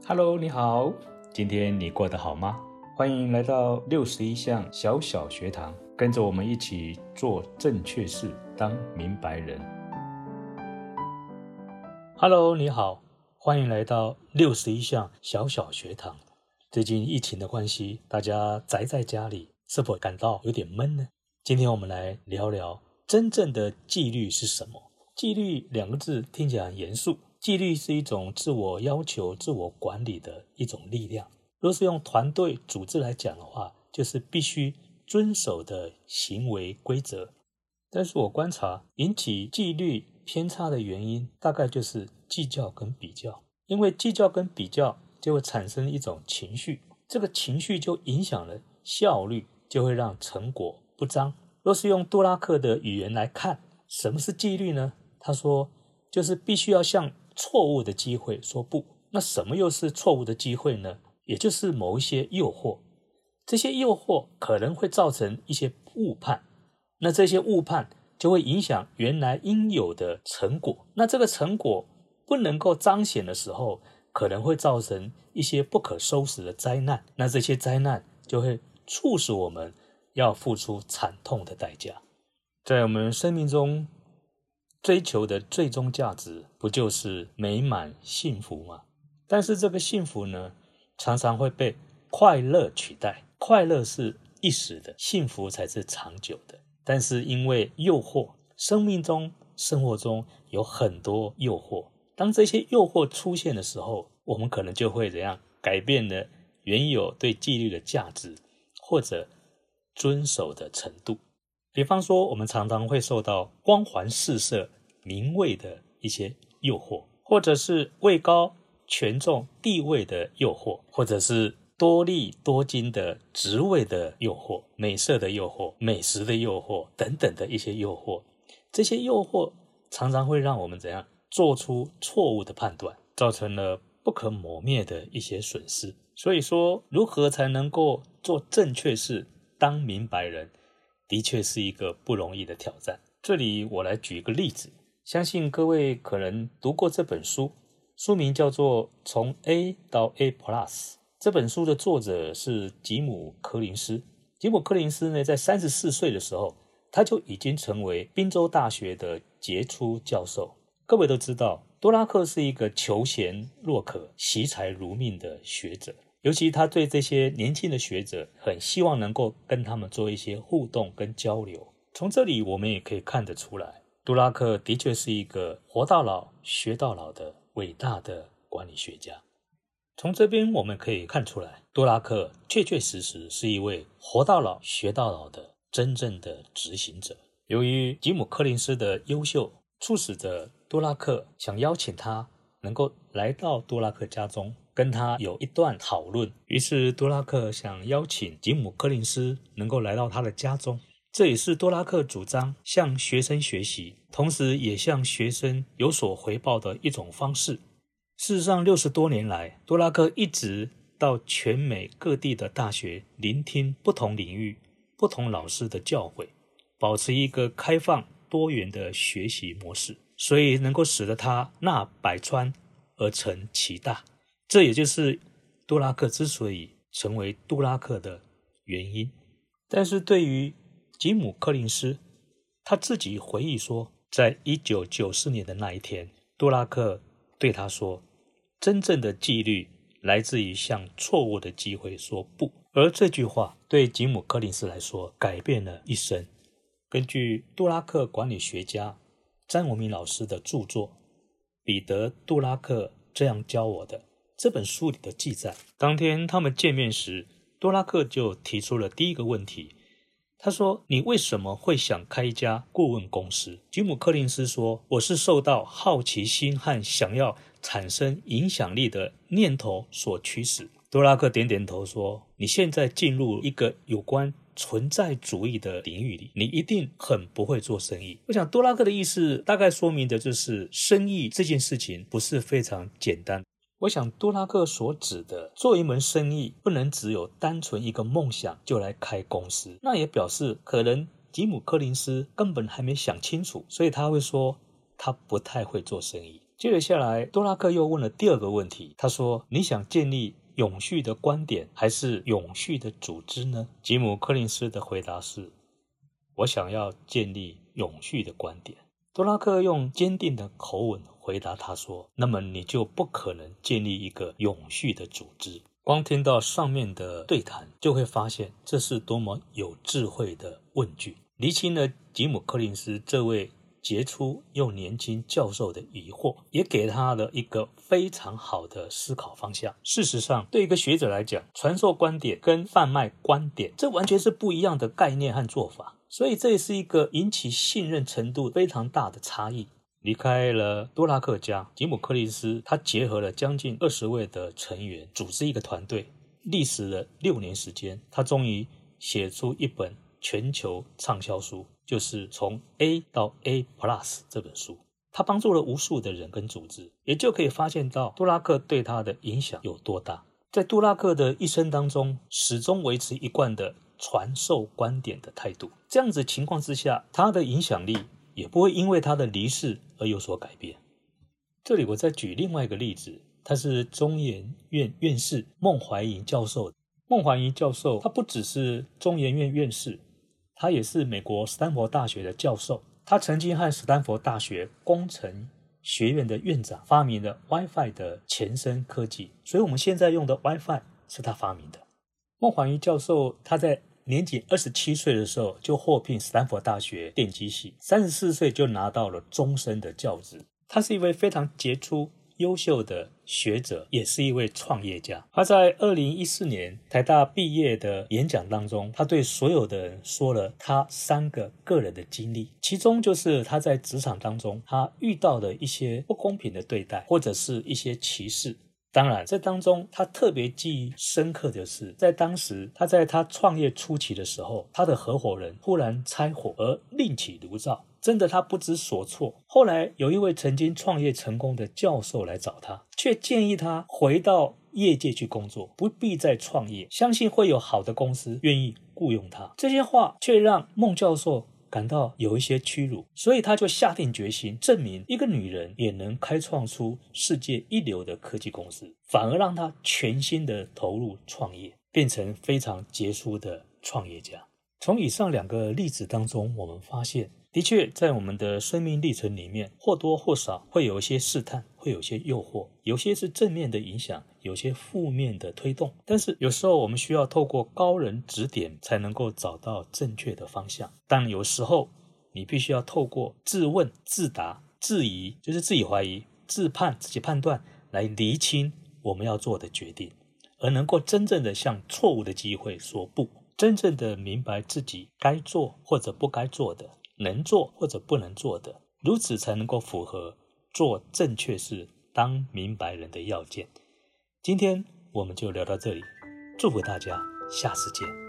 Hello， 你好，今天你过得好吗？欢迎来到61项小小学堂，跟着我们一起做正确事，当明白人。Hello， 你好，欢迎来到61项小小学堂。最近疫情的关系，大家宅在家里，是否感到有点闷呢？今天我们来聊聊真正的纪律是什么。纪律两个字听起来很严肃，纪律是一种自我要求、自我管理的一种力量。若是用团队组织来讲的话，就是必须遵守的行为规则。但是我观察引起纪律偏差的原因，大概就是计较跟比较。因为计较跟比较就会产生一种情绪，这个情绪就影响了效率，就会让成果不彰。若是用杜拉克的语言来看，什么是纪律呢？他说，就是必须要向错误的机会说不。那什么又是错误的机会呢？也就是某一些诱惑，这些诱惑可能会造成一些误判，那这些误判就会影响原来应有的成果，那这个成果不能够彰显的时候，可能会造成一些不可收拾的灾难，那这些灾难就会促使我们要付出惨痛的代价。在我们生命中追求的最终价值不就是美满幸福吗？但是这个幸福呢，常常会被快乐取代。快乐是一时的，幸福才是长久的。但是因为诱惑，生活中有很多诱惑，当这些诱惑出现的时候，我们可能就会怎样改变了原有对纪律的价值或者遵守的程度。比方说，我们常常会受到光环四射、名位的一些诱惑，或者是位高权重地位的诱惑，或者是多利多金的职位的诱惑、美色的诱惑、美食的诱惑等等的一些诱惑。这些诱惑常常会让我们怎样做出错误的判断，造成了不可磨灭的一些损失。所以说，如何才能够做正确事，当明白人，的确是一个不容易的挑战。这里我来举一个例子，相信各位可能读过这本书，书名叫做《从 A 到 A+》。这本书的作者是吉姆·柯林斯。吉姆·柯林斯呢，在34岁的时候，他就已经成为宾州大学的杰出教授。各位都知道，多拉克是一个求贤若渴、惜才如命的学者。尤其他对这些年轻的学者很希望能够跟他们做一些互动跟交流。从这里我们也可以看得出来，杜拉克的确是一个活到老学到老的伟大的管理学家。从这边我们可以看出来，杜拉克确确实实是一位活到老学到老的真正的执行者。由于吉姆·柯林斯的优秀，促使着杜拉克想邀请他能够来到杜拉克家中跟他有一段讨论，于是多拉克想邀请吉姆·柯林斯能够来到他的家中，这也是多拉克主张向学生学习，同时也向学生有所回报的一种方式。事实上，60多年来，多拉克一直到全美各地的大学聆听不同领域、不同老师的教诲，保持一个开放多元的学习模式，所以能够使得他纳百川而成其大。这也就是杜拉克之所以成为杜拉克的原因。但是对于吉姆·柯林斯，他自己回忆说，在1994年的那一天，杜拉克对他说，真正的纪律来自于向错误的机会说不。而这句话对吉姆·柯林斯来说改变了一生。根据杜拉克管理学家詹文明老师的著作《彼得·杜拉克这样教我的》这本书里的记载，当天他们见面时，多拉克就提出了第一个问题。他说，你为什么会想开一家顾问公司？吉姆·柯林斯说，我是受到好奇心和想要产生影响力的念头所驱使。多拉克点点头说，你现在进入一个有关存在主义的领域里，你一定很不会做生意。我想多拉克的意思大概说明的就是生意这件事情不是非常简单。我想多拉克所指的做一门生意不能只有单纯一个梦想就来开公司，那也表示可能吉姆·柯林斯根本还没想清楚，所以他会说他不太会做生意。 接着下来，多拉克又问了第二个问题，他说：你想建立永续的观点还是永续的组织呢？吉姆·柯林斯的回答是：我想要建立永续的观点。多拉克用坚定的口吻回答他说：那么你就不可能建立一个永续的组织。光听到上面的对谈，就会发现这是多么有智慧的问句，厘清了吉姆·柯林斯这位杰出又年轻教授的疑惑，也给他了一个非常好的思考方向。事实上，对一个学者来讲，传授观点跟贩卖观点，这完全是不一样的概念和做法，所以这也是一个引起信任程度非常大的差异。离开了多拉克家，吉姆·柯林斯他结合了将近20位的成员，组织一个团队，历时了6年时间，他终于写出一本全球畅销书，就是从 A 到 A Plus 这本书。他帮助了无数的人跟组织，也就可以发现到多拉克对他的影响有多大。在多拉克的一生当中，始终维持一贯的传授观点的态度，这样子情况之下，他的影响力也不会因为他的离世而有所改变。这里我再举另外一个例子，他是中研院院士孟怀银教授。孟怀银教授他不只是中研院院士，他也是美国斯坦福大学的教授。他曾经和斯坦福大学工程学院的院长发明了 Wi-Fi 的前身科技，所以我们现在用的 Wi-Fi 是他发明的。孟怀银教授他在年仅27岁的时候就获聘斯坦福大学电机系，34岁就拿到了终身的教职。他是一位非常杰出优秀的学者，也是一位创业家。他在2014年台大毕业的演讲当中，他对所有的人说了他3个个人的经历，其中就是他在职场当中他遇到的一些不公平的对待，或者是一些歧视。当然这当中他特别记忆深刻的是，在当时他在他创业初期的时候，他的合伙人忽然拆伙而另起炉灶，真的他不知所措。后来有一位曾经创业成功的教授来找他，却建议他回到业界去工作，不必再创业，相信会有好的公司愿意雇佣他。这些话却让孟教授感到有一些屈辱，所以他就下定决心证明一个女人也能开创出世界一流的科技公司，反而让他全心的投入创业，变成非常杰出的创业家。从以上2个例子当中，我们发现的确在我们的生命历程里面，或多或少会有一些试探，会有一些诱惑，有些是正面的影响，有些负面的推动，但是有时候我们需要透过高人指点才能够找到正确的方向。但有时候你必须要透过自问自答、质疑，就是自己怀疑、自判、自己判断，来厘清我们要做的决定，而能够真正的向错误的机会说不，真正的明白自己该做或者不该做的，能做或者不能做的，如此才能够符合做正确事、当明白人的要件。今天我们就聊到这里，祝福大家，下次见。